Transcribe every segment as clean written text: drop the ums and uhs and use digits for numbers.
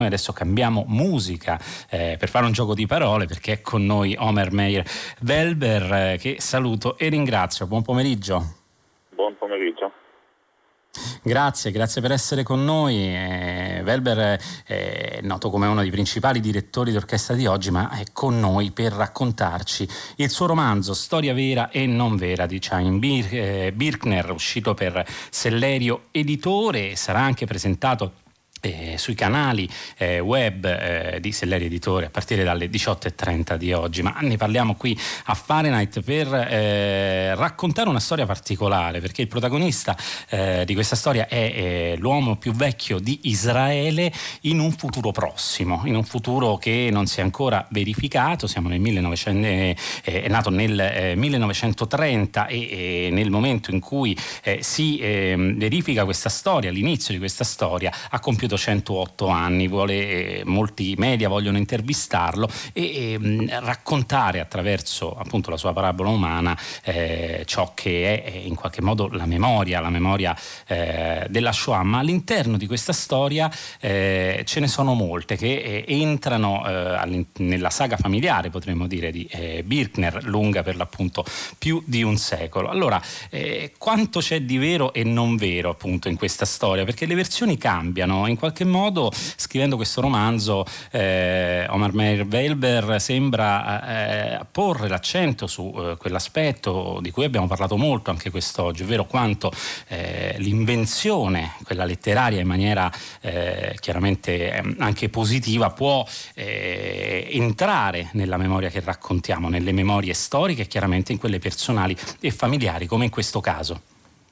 Noi adesso cambiamo musica per fare un gioco di parole, perché è con noi Omer Meir Welber, che saluto e ringrazio. Buon pomeriggio. Buon pomeriggio. Grazie per essere con noi. Welber è noto come uno dei principali direttori d'orchestra di oggi, ma è con noi per raccontarci il suo romanzo Storia vera e non vera di Chaim Birkner, uscito per Sellerio Editore. Sarà anche presentato sui canali web di Sellerio Editore a partire dalle 18:30 di oggi, ma ne parliamo qui a Fahrenheit per raccontare una storia particolare, perché il protagonista di questa storia è l'uomo più vecchio di Israele in un futuro prossimo, in un futuro che non si è ancora verificato. Siamo nel 1900, è nato nel 1930 e nel momento in cui si verifica questa storia, l'inizio di questa storia, ha compiuto 108 anni. Molti media vogliono intervistarlo e raccontare attraverso appunto la sua parabola umana ciò che è in qualche modo la memoria della Shoah. Ma all'interno di questa storia ce ne sono molte che entrano nella saga familiare, potremmo dire, di Birkner, lunga per l'appunto più di un secolo. Allora, quanto c'è di vero e non vero appunto in questa storia? Perché le versioni cambiano. In qualche modo, scrivendo questo romanzo, Omer Meir Welber sembra porre l'accento su quell'aspetto di cui abbiamo parlato molto anche quest'oggi, ovvero quanto l'invenzione, quella letteraria, in maniera chiaramente anche positiva, può entrare nella memoria che raccontiamo, nelle memorie storiche e chiaramente in quelle personali e familiari, come in questo caso.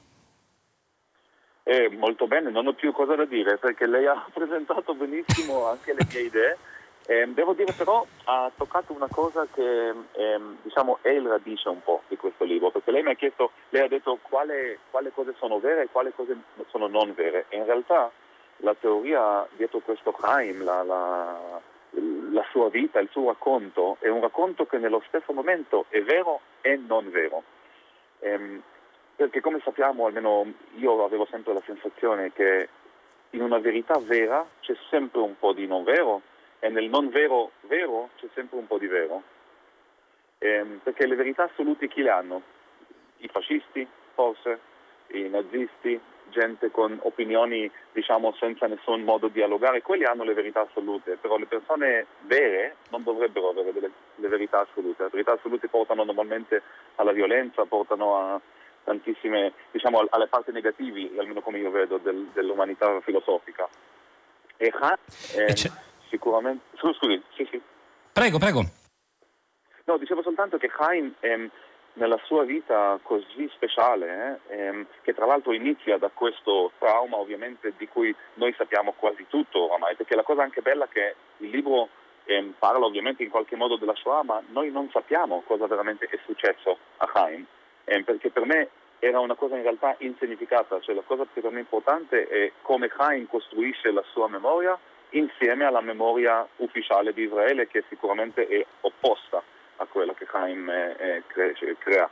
Molto bene, non ho più cosa da dire perché lei ha presentato benissimo anche le mie idee. Devo dire però ha toccato una cosa che diciamo è il radice un po' di questo libro, perché lei mi ha chiesto, lei ha detto quale cose sono vere e quali cose sono non vere, e in realtà la teoria dietro questo Chaim, la sua vita, il suo racconto, è un racconto che nello stesso momento è vero e non vero. Perché come sappiamo, almeno io avevo sempre la sensazione che in una verità vera c'è sempre un po' di non vero e nel non vero vero c'è sempre un po' di vero. Perché le verità assolute chi le hanno? I fascisti, forse, i nazisti, gente con opinioni diciamo senza nessun modo di dialogare, quelli hanno le verità assolute, però le persone vere non dovrebbero avere le verità assolute. Le verità assolute portano normalmente alla violenza, portano a tantissime, diciamo, alle parti negativi, almeno come io vedo, dell'umanità filosofica. E sicuramente... Scusi, sì. Prego. No, dicevo soltanto che Chaim, nella sua vita così speciale, che tra l'altro inizia da questo trauma, ovviamente, di cui noi sappiamo quasi tutto oramai, perché la cosa anche bella è che il libro parla ovviamente in qualche modo della Shoah, ma noi non sappiamo cosa veramente è successo a Chaim. Perché per me era una cosa in realtà insignificata, cioè la cosa che per me è importante è come Chaim costruisce la sua memoria insieme alla memoria ufficiale di Israele, che sicuramente è opposta a quella che Chaim crea.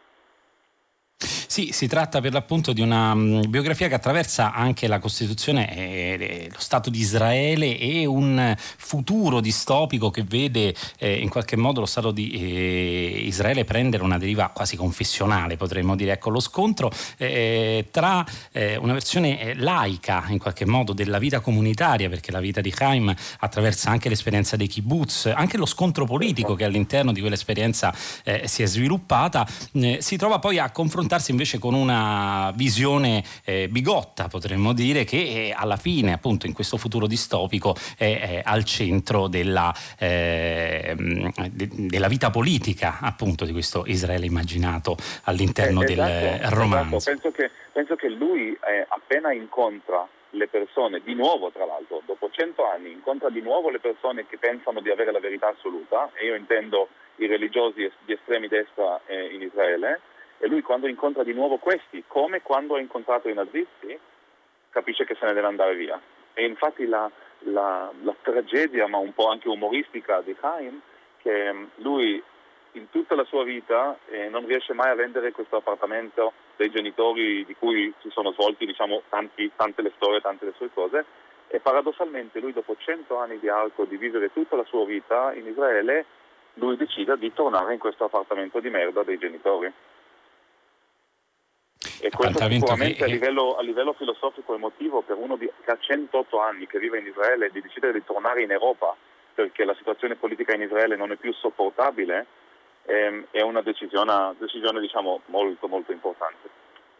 Sì, si tratta per l'appunto di una biografia che attraversa anche la Costituzione, lo Stato di Israele e un futuro distopico che vede in qualche modo lo Stato di Israele prendere una deriva quasi confessionale, potremmo dire. Ecco, lo scontro tra una versione laica in qualche modo della vita comunitaria, perché la vita di Chaim attraversa anche l'esperienza dei kibbutz, anche lo scontro politico che all'interno di quell'esperienza si è sviluppata, si trova poi a confrontarsi invece con una visione bigotta, potremmo dire, che alla fine appunto in questo futuro distopico è al centro della vita politica appunto di questo Israele immaginato all'interno del romanzo. Esatto. Penso che lui appena incontra le persone, di nuovo tra l'altro, dopo 100 anni, incontra di nuovo le persone che pensano di avere la verità assoluta, e io intendo i religiosi di estremi destra in Israele, e lui quando incontra di nuovo questi, come quando ha incontrato i nazisti, capisce che se ne deve andare via. E infatti la tragedia, ma un po' anche umoristica di Chaim, che lui in tutta la sua vita non riesce mai a vendere questo appartamento dei genitori di cui si sono svolti, diciamo, tante le storie, tante le sue cose, E paradossalmente lui, dopo 100 anni di arco, di vivere tutta la sua vita in Israele, lui decide di tornare in questo appartamento di merda dei genitori. E questo sicuramente a livello filosofico emotivo, per uno che ha 108 anni, che vive in Israele, di decidere di tornare in Europa perché la situazione politica in Israele non è più sopportabile, è una decisione diciamo molto molto importante.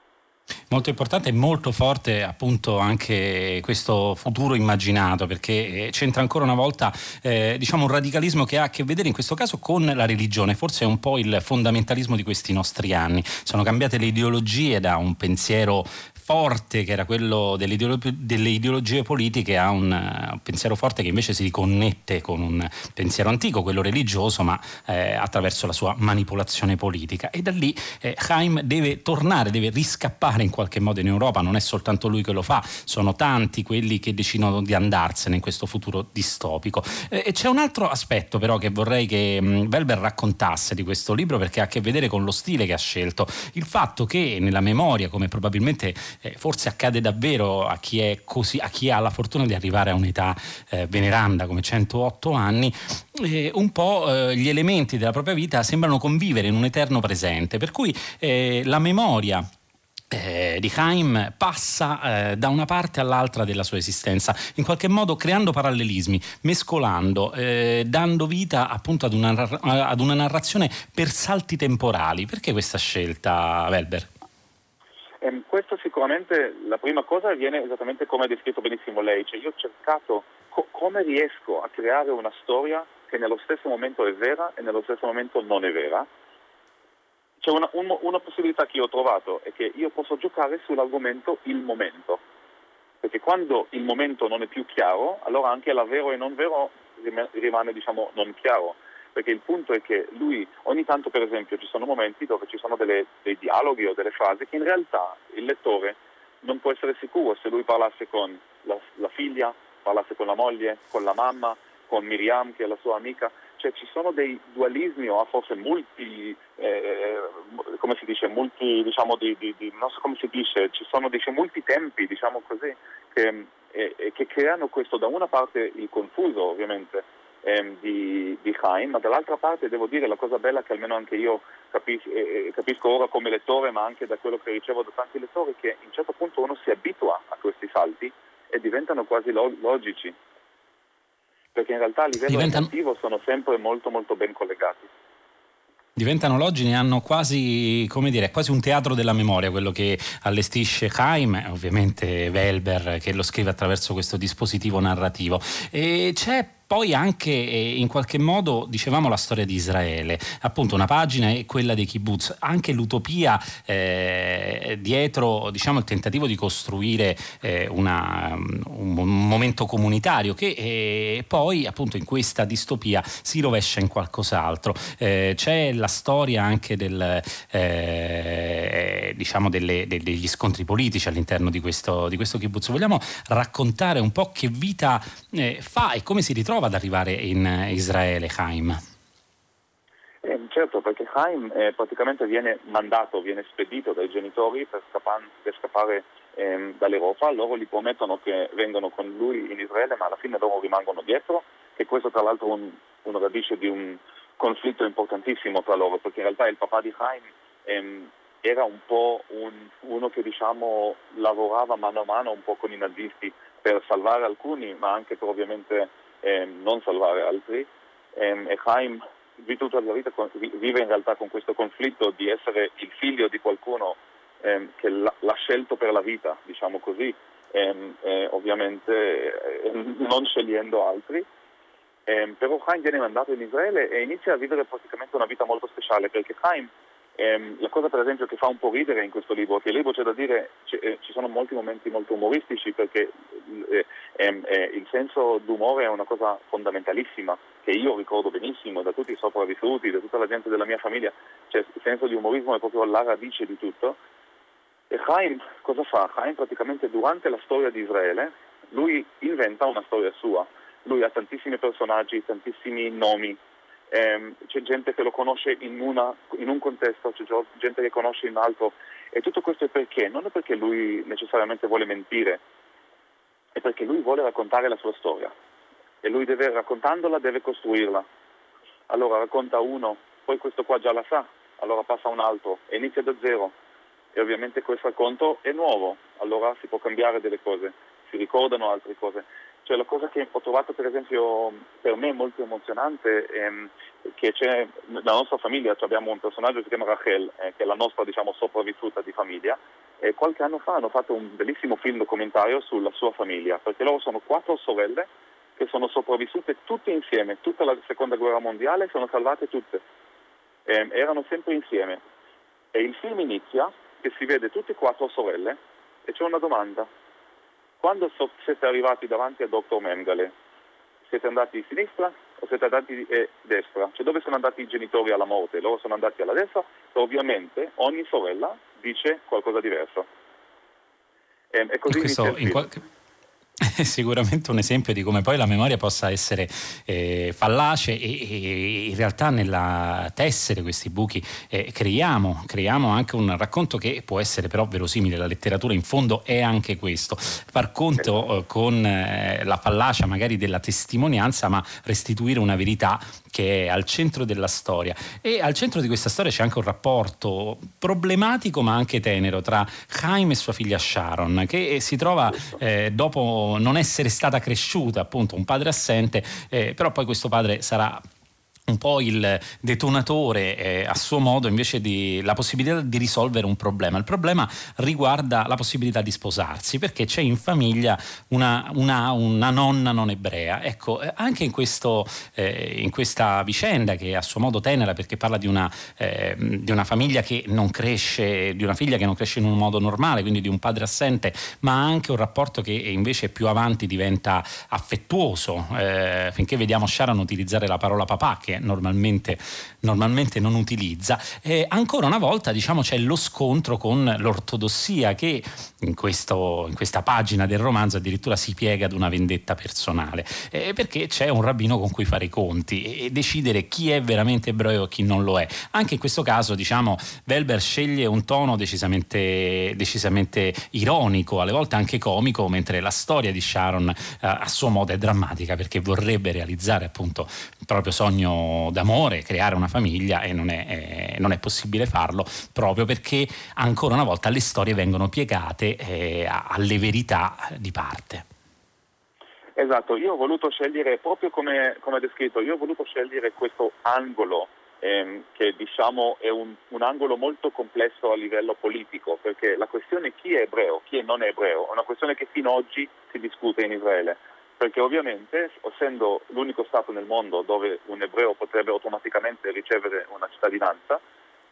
Molto importante e molto forte appunto anche questo futuro immaginato, perché c'entra ancora una volta diciamo un radicalismo che ha a che vedere in questo caso con la religione. Forse è un po' il fondamentalismo di questi nostri anni. Sono cambiate le ideologie da un pensiero forte che era quello delle ideologie politiche a un pensiero forte che invece si riconnette con un pensiero antico, quello religioso, ma attraverso la sua manipolazione politica. E da lì Chaim deve tornare, deve riscappare in qualche modo in Europa. Non è soltanto lui che lo fa, sono tanti quelli che decidono di andarsene in questo futuro distopico. E c'è un altro aspetto però che vorrei che Welber raccontasse di questo libro, perché ha a che vedere con lo stile che ha scelto, il fatto che nella memoria, come probabilmente forse accade davvero a chi è così, a chi ha la fortuna di arrivare a un'età veneranda come 108 anni, un po' gli elementi della propria vita sembrano convivere in un eterno presente, per cui la memoria di Chaim passa da una parte all'altra della sua esistenza, in qualche modo creando parallelismi, mescolando, dando vita appunto ad una narrazione per salti temporali. Perché questa scelta, Welber? Questo sicuramente, la prima cosa viene esattamente come ha descritto benissimo lei, cioè io ho cercato come riesco a creare una storia che nello stesso momento è vera e nello stesso momento non è vera. C'è una possibilità che io ho trovato, è che io posso giocare sull'argomento il momento, perché quando il momento non è più chiaro, allora anche la vero e non vero rimane diciamo non chiaro. Perché il punto è che lui, ogni tanto per esempio ci sono momenti dove ci sono dei dialoghi o delle frasi che in realtà il lettore non può essere sicuro se lui parlasse con la figlia, parlasse con la moglie, con la mamma, con Miriam che è la sua amica, cioè ci sono dei dualismi o forse come si dice, non so come si dice, ci sono molti tempi, diciamo così, che creano questo, da una parte il confuso ovviamente, di Chaim, ma dall'altra parte devo dire la cosa bella che almeno anche io capisco ora come lettore, ma anche da quello che ricevo da tanti lettori, che a un certo punto uno si abitua a questi salti e diventano quasi logici, perché in realtà a livello emotivo sono sempre molto molto ben collegati. Diventano logici e hanno quasi, come dire, quasi un teatro della memoria quello che allestisce Chaim, ovviamente Welber che lo scrive attraverso questo dispositivo narrativo. E c'è poi anche in qualche modo, dicevamo, la storia di Israele, appunto una pagina è quella dei kibbutz, anche l'utopia dietro, diciamo, il tentativo di costruire un momento comunitario che poi appunto in questa distopia si rovescia in qualcos'altro. C'è la storia anche diciamo degli scontri politici all'interno di questo kibbutz. Vogliamo raccontare un po' che vita fa e come si ritrova ad arrivare in Israele, Chaim? Certo, perché Chaim praticamente viene spedito dai genitori per scappare dall'Europa. Loro gli promettono che vengono con lui in Israele, ma alla fine loro rimangono dietro, e questo tra l'altro è una radice di un conflitto importantissimo tra loro, perché in realtà il papà di Chaim era un po' uno che diciamo lavorava mano a mano un po' con i nazisti per salvare alcuni, ma anche per ovviamente non salvare altri, e Chaim tutta la vita vive in realtà con questo conflitto di essere il figlio di qualcuno che l'ha scelto per la vita, diciamo così, ovviamente non scegliendo altri. Però Chaim viene mandato in Israele e inizia a vivere praticamente una vita molto speciale, perché Chaim, la cosa per esempio che fa un po' ridere in questo libro, che il libro c'è da dire, ci sono molti momenti molto umoristici, perché il senso d'umore è una cosa fondamentalissima che io ricordo benissimo da tutti i sopravvissuti, da tutta la gente della mia famiglia, cioè il senso di umorismo è proprio la radice di tutto. E Chaim cosa fa? Chaim praticamente durante la storia di Israele lui inventa una storia sua, lui ha tantissimi personaggi, tantissimi nomi. C'è gente che lo conosce in un contesto, c'è gente che conosce in un altro, e tutto questo è perché? Non è perché lui necessariamente vuole mentire, è perché lui vuole raccontare la sua storia e lui raccontandola deve costruirla. Allora racconta uno, poi questo qua già la sa, allora passa un altro e inizia da zero. E ovviamente questo racconto è nuovo, allora si può cambiare delle cose, si ricordano altre cose. Cioè la cosa che ho trovato per esempio per me molto emozionante è che c'è nella nostra famiglia, cioè abbiamo un personaggio che si chiama Rachel, che è la nostra diciamo sopravvissuta di famiglia, e qualche anno fa hanno fatto un bellissimo film documentario sulla sua famiglia, perché loro sono 4 sorelle che sono sopravvissute tutte insieme, tutta la seconda guerra mondiale, sono salvate tutte, erano sempre insieme. E il film inizia che si vede tutte e 4 sorelle e c'è una domanda. Quando siete arrivati davanti a Dr. Mengele, siete andati a sinistra o siete andati a destra? Cioè dove sono andati i genitori alla morte? Loro sono andati alla destra, e ovviamente ogni sorella dice qualcosa di diverso. E così inizia il film. È sicuramente un esempio di come poi la memoria possa essere fallace e in realtà nella tessere questi buchi creiamo anche un racconto che può essere però verosimile. La letteratura in fondo è anche questo, far conto con la fallacia magari della testimonianza, ma restituire una verità che è al centro della storia. E al centro di questa storia c'è anche un rapporto problematico ma anche tenero tra Chaim e sua figlia Sharon, che si trova dopo non essere stata cresciuta, appunto un padre assente, però poi questo padre sarà un po' il detonatore a suo modo invece di la possibilità di risolvere un problema. Il problema riguarda la possibilità di sposarsi, perché c'è in famiglia una nonna non ebrea. Ecco, anche in questa vicenda, che è a suo modo tenera perché parla di una famiglia che non cresce, di una figlia che non cresce in un modo normale, quindi di un padre assente, ma anche un rapporto che invece più avanti diventa affettuoso, finché vediamo Sharon utilizzare la parola papà, che normalmente non utilizza. Ancora una volta diciamo c'è lo scontro con l'ortodossia, che in questa pagina del romanzo addirittura si piega ad una vendetta personale, perché c'è un rabbino con cui fare i conti e decidere chi è veramente ebreo e chi non lo è. Anche in questo caso diciamo Welber sceglie un tono decisamente ironico, alle volte anche comico, mentre la storia di Sharon a suo modo è drammatica, perché vorrebbe realizzare appunto il proprio sogno d'amore, creare una famiglia, e non è possibile farlo, proprio perché ancora una volta le storie vengono piegate alle verità di parte. Esatto, io ho voluto scegliere, proprio come descritto, io ho voluto scegliere questo angolo che diciamo è un angolo molto complesso a livello politico, perché la questione chi è ebreo, chi non è ebreo, è una questione che fino ad oggi si discute in Israele. Perché ovviamente, essendo l'unico Stato nel mondo dove un ebreo potrebbe automaticamente ricevere una cittadinanza,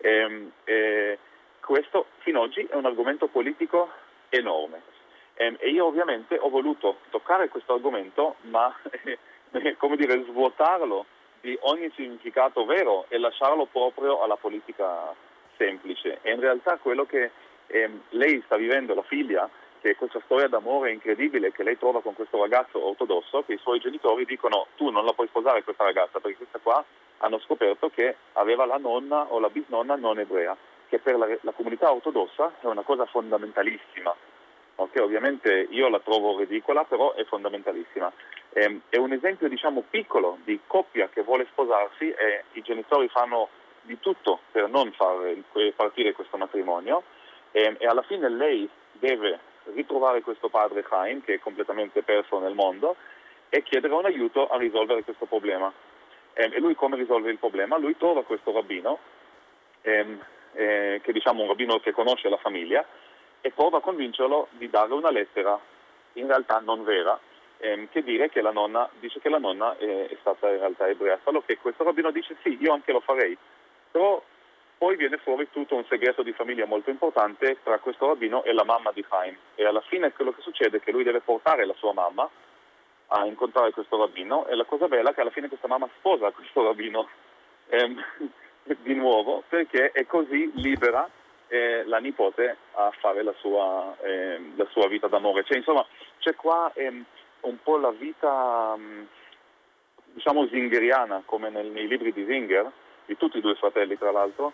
questo fino ad oggi è un argomento politico enorme. E io ovviamente ho voluto toccare questo argomento, ma come dire, svuotarlo di ogni significato vero e lasciarlo proprio alla politica semplice. E in realtà quello che lei sta vivendo, la figlia, che questa storia d'amore incredibile che lei trova con questo ragazzo ortodosso, che i suoi genitori dicono tu non la puoi sposare questa ragazza, perché questa qua hanno scoperto che aveva la nonna o la bisnonna non ebrea, che per la comunità ortodossa è una cosa fondamentalissima. Okay, ovviamente io la trovo ridicola, però è fondamentalissima. È un esempio diciamo piccolo di coppia che vuole sposarsi e i genitori fanno di tutto per non far partire questo matrimonio, e alla fine lei deve ritrovare questo padre Chaim che è completamente perso nel mondo e chiedere un aiuto a risolvere questo problema. E lui come risolve il problema? Lui trova questo rabbino, che diciamo un rabbino che conosce la famiglia, e prova a convincerlo di dare una lettera, in realtà non vera, che dice che la nonna è stata in realtà ebrea. Solo che questo rabbino dice sì, io anche lo farei, però poi viene fuori tutto un segreto di famiglia molto importante tra questo rabbino e la mamma di Chaim, e alla fine quello che succede è che lui deve portare la sua mamma a incontrare questo rabbino, e la cosa bella è che alla fine questa mamma sposa questo rabbino di nuovo, perché è così libera la nipote a fare la sua vita d'amore. Cioè, insomma, c'è qua un po' la vita diciamo zingeriana, come nei libri di Zinger, di tutti i due fratelli tra l'altro,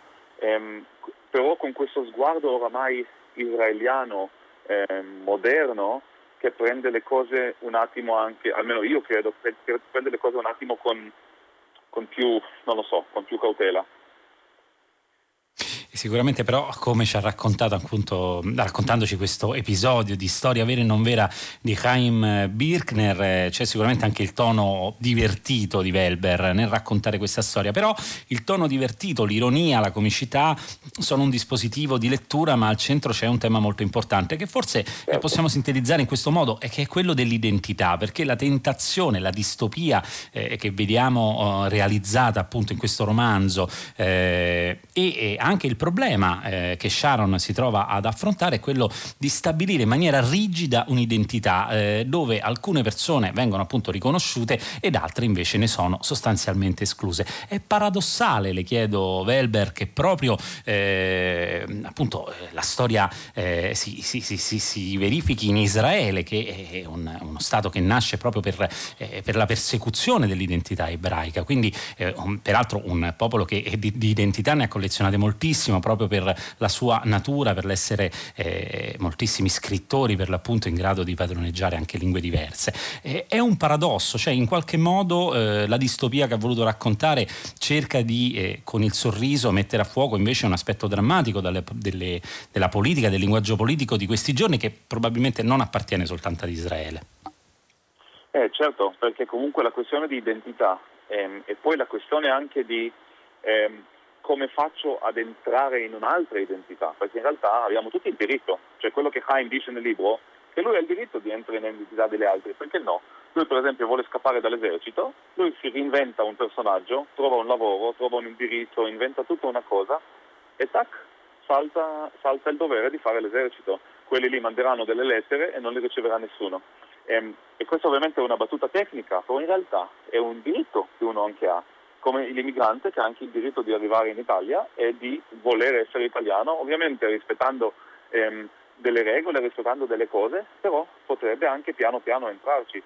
però con questo sguardo oramai israeliano moderno, che prende le cose un attimo anche, almeno io credo, che prende le cose un attimo con più, non lo so, con più cautela. Sicuramente però, come ci ha raccontato appunto, raccontandoci questo episodio di storia vera e non vera di Chaim Birkner, c'è sicuramente anche il tono divertito di Welber nel raccontare questa storia, però il tono divertito, l'ironia, la comicità sono un dispositivo di lettura, ma al centro c'è un tema molto importante che forse possiamo sintetizzare in questo modo, e che è quello dell'identità, perché la tentazione, la distopia che vediamo realizzata appunto in questo romanzo e anche il problema che Sharon si trova ad affrontare è quello di stabilire in maniera rigida un'identità dove alcune persone vengono appunto riconosciute ed altre invece ne sono sostanzialmente escluse. È paradossale, le chiedo Welber, che proprio appunto la storia si verifichi in Israele, che è uno stato che nasce proprio per la persecuzione dell'identità ebraica, quindi peraltro un popolo che di identità ne ha collezionate moltissimo proprio per la sua natura, per l'essere moltissimi scrittori per l'appunto in grado di padroneggiare anche lingue diverse. È un paradosso, cioè in qualche modo la distopia che ha voluto raccontare cerca di con il sorriso mettere a fuoco invece un aspetto drammatico della politica, del linguaggio politico di questi giorni, che probabilmente non appartiene soltanto ad Israele. Certo, perché comunque la questione di identità e poi la questione anche di come faccio ad entrare in un'altra identità, perché in realtà abbiamo tutti il diritto, cioè quello che Chaim dice nel libro, che lui ha il diritto di entrare nell'identità delle altre, perché no? Lui per esempio vuole scappare dall'esercito, lui si reinventa un personaggio, trova un lavoro, trova un indirizzo, inventa tutta una cosa e tac, salta il dovere di fare l'esercito. Quelli lì manderanno delle lettere e non le riceverà nessuno. E questo ovviamente è una battuta tecnica, però in realtà è un diritto che uno anche ha, come l'immigrante che ha anche il diritto di arrivare in Italia e di voler essere italiano, ovviamente rispettando delle regole, rispettando delle cose, però potrebbe anche piano piano entrarci.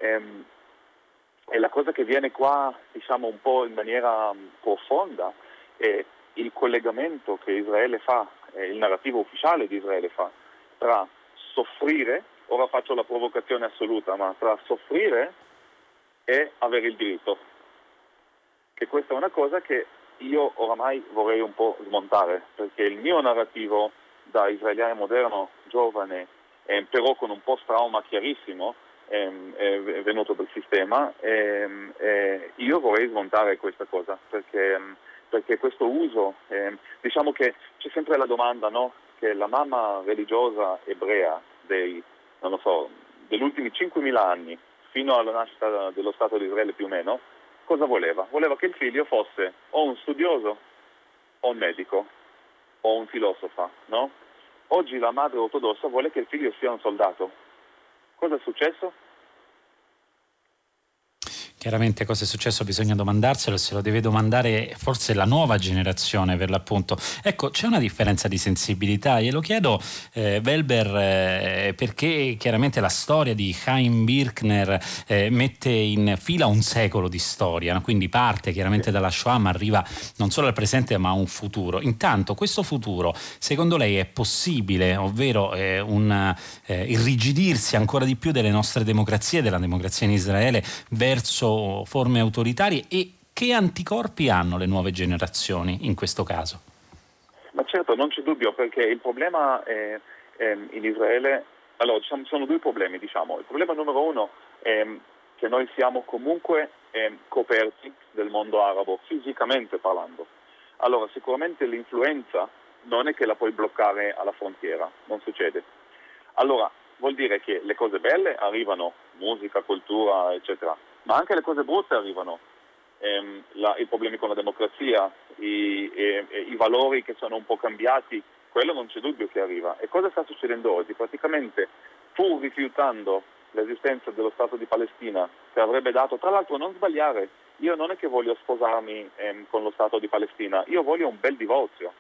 E la cosa che viene qua, diciamo, un po' in maniera profonda è il collegamento che Israele fa, il narrativo ufficiale di Israele fa, tra soffrire, ora faccio la provocazione assoluta, ma tra soffrire e avere il diritto. Che questa è una cosa che io oramai vorrei un po' smontare, perché il mio narrativo da israeliano moderno, giovane, però con un post-trauma chiarissimo, è venuto dal sistema, io vorrei smontare questa cosa, perché questo uso, diciamo che c'è sempre la domanda, no? Che la mamma religiosa ebrea non lo so, degli ultimi 5.000 anni, fino alla nascita dello Stato di Israele più o meno, cosa voleva? Voleva che il figlio fosse o un studioso, o un medico, o un filosofo, no? Oggi la madre ortodossa vuole che il figlio sia un soldato. Cosa è successo? Chiaramente cosa è successo bisogna domandarselo, se lo deve domandare forse la nuova generazione per l'appunto. Ecco, c'è una differenza di sensibilità, glielo chiedo Welber, perché chiaramente la storia di Chaim Birkner mette in fila un secolo di storia, no? Quindi parte chiaramente dalla Shoah ma arriva non solo al presente ma a un futuro. Intanto questo futuro secondo lei è possibile, ovvero un irrigidirsi ancora di più delle nostre democrazie, della democrazia in Israele verso forme autoritarie, e che anticorpi hanno le nuove generazioni in questo caso? Ma certo, non c'è dubbio, perché il problema in Israele, allora sono due problemi, diciamo. Il problema numero uno è che noi siamo comunque coperti del mondo arabo, fisicamente parlando. Allora sicuramente l'influenza non è che la puoi bloccare alla frontiera, non succede. Allora vuol dire che le cose belle arrivano, musica, cultura, eccetera, ma anche le cose brutte arrivano, i problemi con la democrazia, i valori che sono un po' cambiati, quello non c'è dubbio che arriva. E cosa sta succedendo oggi? Praticamente, pur rifiutando l'esistenza dello Stato di Palestina, che avrebbe dato, tra l'altro non sbagliare, io non è che voglio sposarmi con lo Stato di Palestina, io voglio un bel divorzio.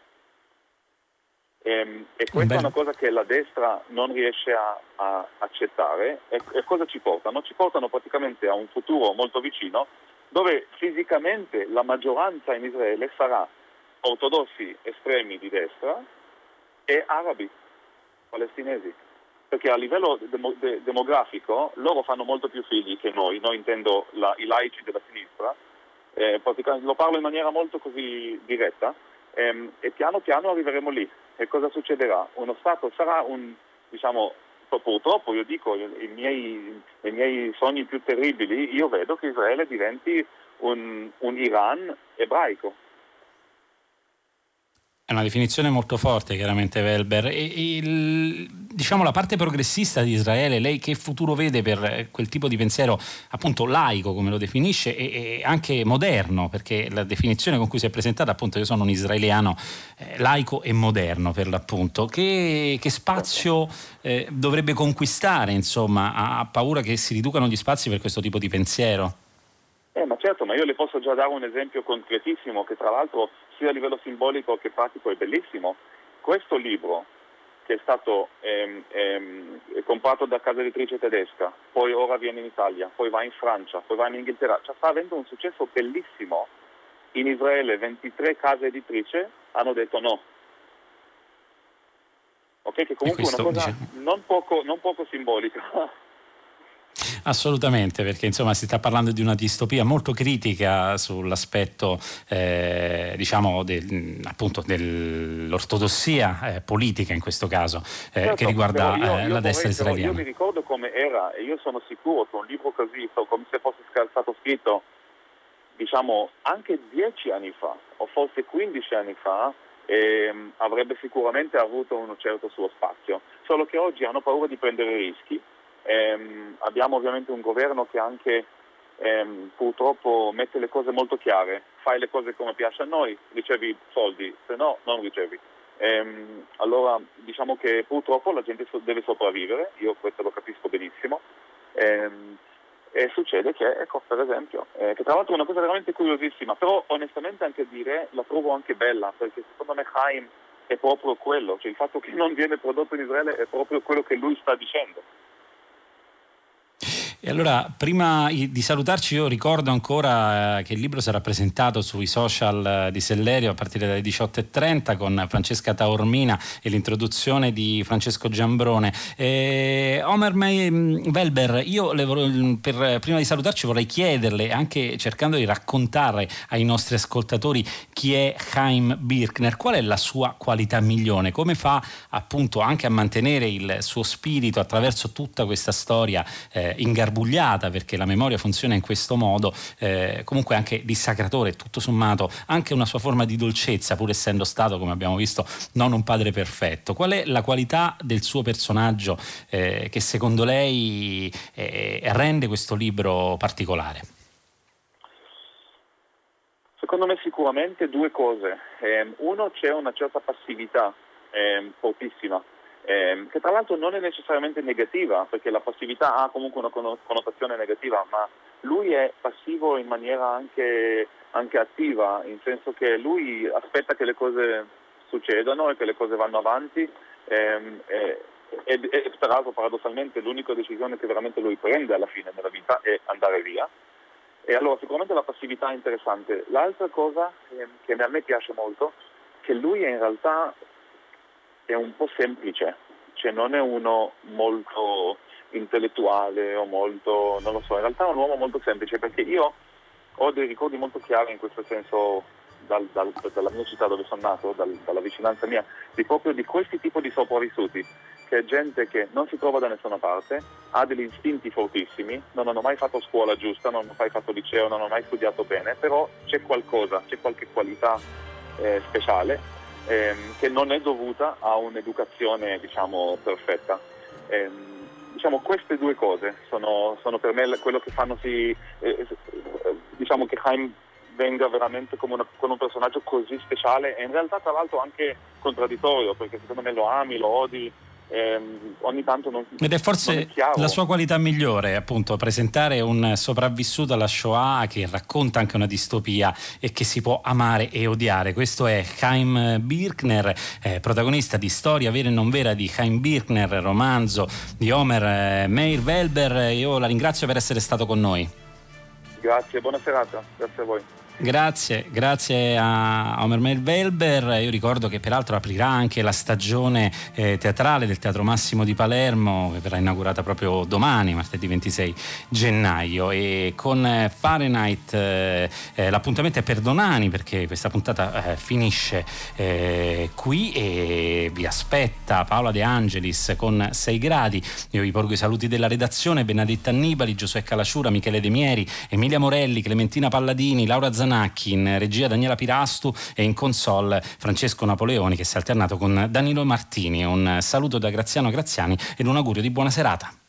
E questa è una cosa che la destra non riesce a accettare. E cosa ci portano? Ci portano praticamente a un futuro molto vicino dove fisicamente la maggioranza in Israele sarà ortodossi estremi di destra e arabi palestinesi. perché a livello demografico loro fanno molto più figli che noi intendo i laici della sinistra, lo parlo in maniera molto così diretta, e piano piano arriveremo lì. E cosa succederà? Uno Stato sarà purtroppo io dico, i miei sogni più terribili, io vedo che Israele diventi un Iran ebraico. È una definizione molto forte, chiaramente, Welber. Diciamo la parte progressista di Israele, lei che futuro vede per quel tipo di pensiero appunto laico, come lo definisce, e anche moderno, perché la definizione con cui si è presentata, appunto, io sono un israeliano laico e moderno per l'appunto, che spazio dovrebbe conquistare, insomma, ha paura che si riducano gli spazi per questo tipo di pensiero? Ma certo, ma io le posso già dare un esempio concretissimo che tra l'altro sia a livello simbolico che pratico è bellissimo. Questo libro, che è stato comprato da casa editrice tedesca, poi ora viene in Italia, poi va in Francia, poi va in Inghilterra, cioè sta avendo un successo bellissimo. In Israele 23 case editrici hanno detto no. Ok, che comunque è una cosa non poco simbolica. Assolutamente, perché insomma si sta parlando di una distopia molto critica sull'aspetto appunto dell'ortodossia politica in questo caso, certo, che riguarda la destra israeliana. israeliana. Io mi ricordo come era e io sono sicuro che un libro così, come se fosse stato scritto anche 10 anni fa o forse 15 anni fa, avrebbe sicuramente avuto un certo suo spazio, solo che oggi hanno paura di prendere rischi. Abbiamo ovviamente un governo che anche purtroppo mette le cose molto chiare, fai le cose come piace a noi, ricevi soldi, se no non ricevi. Allora diciamo che purtroppo la gente deve sopravvivere, io questo lo capisco benissimo, e succede che, ecco, per esempio, che tra l'altro è una cosa veramente curiosissima, però onestamente anche dire la trovo anche bella, perché secondo me Chaim è proprio quello, cioè il fatto che non viene prodotto in Israele è proprio quello che lui sta dicendo. E allora, prima di salutarci, io ricordo ancora che il libro sarà presentato sui social di Sellerio a partire dalle 18:30 con Francesca Taormina e l'introduzione di Francesco Giambrone. Omer Welber, io prima di salutarci vorrei chiederle, anche cercando di raccontare ai nostri ascoltatori chi è Chaim Birkner, qual è la sua qualità migliore, come fa appunto anche a mantenere il suo spirito attraverso tutta questa storia ingarbugliata, perché la memoria funziona in questo modo, comunque anche dissacratore, tutto sommato anche una sua forma di dolcezza, pur essendo stato, come abbiamo visto, non un padre perfetto. Qual è la qualità del suo personaggio che secondo lei rende questo libro particolare? Secondo me sicuramente due cose. Uno, c'è una certa passività fortissima, che tra l'altro non è necessariamente negativa, perché la passività ha comunque una connotazione negativa, ma lui è passivo in maniera anche attiva, in senso che lui aspetta che le cose succedano e che le cose vanno avanti, e tra l'altro paradossalmente l'unica decisione che veramente lui prende alla fine della vita è andare via. E allora sicuramente la passività è interessante. L'altra cosa che a me piace molto, che lui in realtà è un po' semplice, cioè non è uno molto intellettuale o molto, non lo so, in realtà è un uomo molto semplice, perché io ho dei ricordi molto chiari in questo senso dalla mia città dove sono nato, dalla vicinanza mia, proprio di questi tipi di sopravvissuti, che è gente che non si trova da nessuna parte, ha degli istinti fortissimi, non hanno mai fatto scuola giusta, non hanno mai fatto liceo, non hanno mai studiato bene, però c'è qualcosa, c'è qualche qualità speciale che non è dovuta a un'educazione, diciamo, perfetta. Diciamo, queste due cose sono per me quello che fanno diciamo che Chaim venga veramente come un personaggio così speciale, e in realtà tra l'altro anche contraddittorio, perché secondo me lo ami, lo odi, ogni tanto non ed è forse la sua qualità migliore, appunto, presentare un sopravvissuto alla Shoah che racconta anche una distopia e che si può amare e odiare. Questo è Chaim Birkner, protagonista di Storia vera e non vera di Chaim Birkner, romanzo di Omer Meir Welber. Io la ringrazio per essere stato con noi. Grazie, buona serata, grazie a voi. Grazie a Omer Melvelber. Io ricordo che peraltro aprirà anche la stagione teatrale del Teatro Massimo di Palermo, che verrà inaugurata proprio domani, martedì 26 gennaio. E con Fahrenheit l'appuntamento è per domani, perché questa puntata finisce qui e vi aspetta Paola De Angelis con 6 gradi. Io vi porgo i saluti della redazione: Benedetta Annibali, Giosuè Calasciura, Michele De Mieri, Emilia Morelli, Clementina Palladini, Laura Zanacchi, in regia Daniela Pirastu e in console Francesco Napoleoni, che si è alternato con Danilo Martini. Un saluto da Graziano Graziani ed un augurio di buona serata.